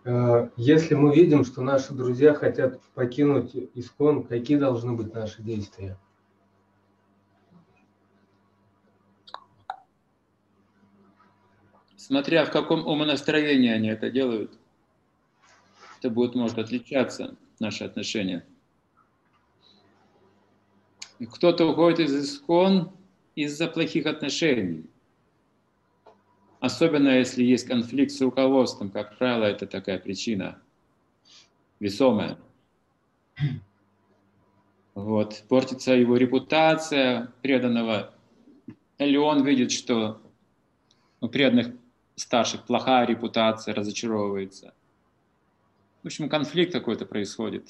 Если мы видим, что наши друзья хотят покинуть ИСККОН, какие должны быть наши действия? Смотря в каком умонастроении они это делают, это будет, может отличаться, наши отношения. Кто-то уходит из ИСККОН из-за плохих отношений. Особенно если есть конфликт с руководством, как правило, это такая причина весомая. Вот. Портится его репутация преданного, или он видит, что у преданных старших плохая репутация, разочаровывается. В общем, конфликт какой-то происходит.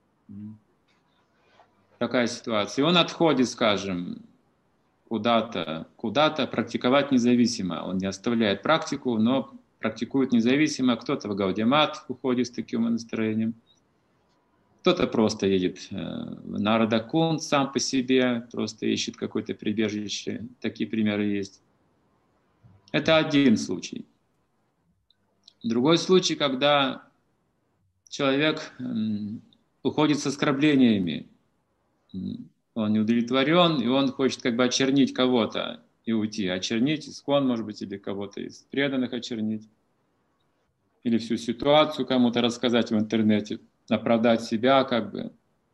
Такая ситуация. И он отходит, скажем, куда-то практиковать независимо. Он не оставляет практику, но практикует независимо. Кто-то в Гаудиамат уходит с таким настроением. Кто-то просто едет на Радакун сам по себе, просто ищет какое-то прибежище. Такие примеры есть. Это один случай. Другой случай, когда человек уходит с оскорблениями. Он не удовлетворен, и он хочет как бы очернить кого-то и уйти. Очернить ИСККОН, может быть, или кого-то из преданных очернить. Или всю ситуацию кому-то рассказать в интернете, оправдать себя как бы.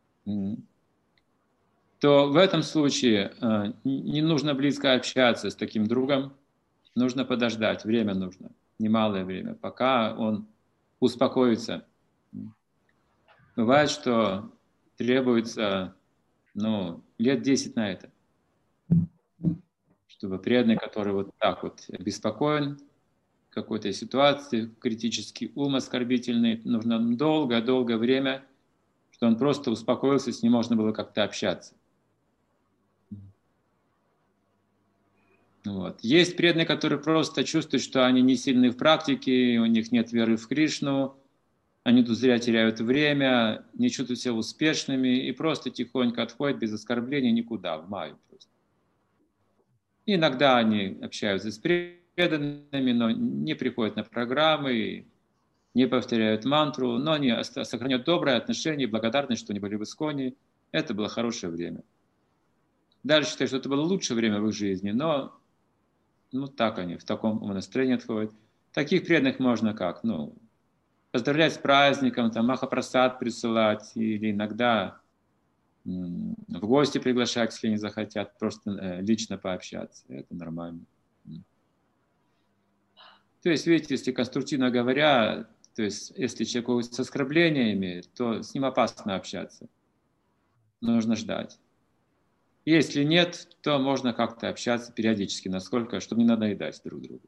То в этом случае не нужно близко общаться с таким другом. Нужно подождать, время нужно, немалое время, пока он успокоится. Бывает, что требуется лет 10 на это, чтобы преданный, который вот так вот обеспокоен какой-то ситуации, критический ум оскорбительный, нужно долгое-долгое время, что он просто успокоился, с ним можно было как-то общаться. Вот. Есть преданные, которые просто чувствуют, что они не сильны в практике, у них нет веры в Кришну, они тут зря теряют время, не чувствуют себя успешными и просто тихонько отходят без оскорбления никуда, в маю просто. И иногда они общаются с преданными, но не приходят на программы, не повторяют мантру, но они сохраняют доброе отношение, благодарность, что они были в ИСККОНе. Это было хорошее время. Дальше считаю, что это было лучшее время в их жизни, но так они в таком настроении отходят. Таких преданных можно как? Поздравлять с праздником, там Махапрасад присылать, или иногда в гости приглашать, если они захотят, просто лично пообщаться. Это нормально. То есть, видите, если конструктивно говоря, то есть, если человек с оскорблениями, то с ним опасно общаться. Нужно ждать. Если нет, то можно как-то общаться периодически, насколько, чтобы не надоедать друг другу.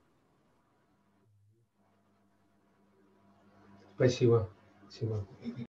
Спасибо. Спасибо.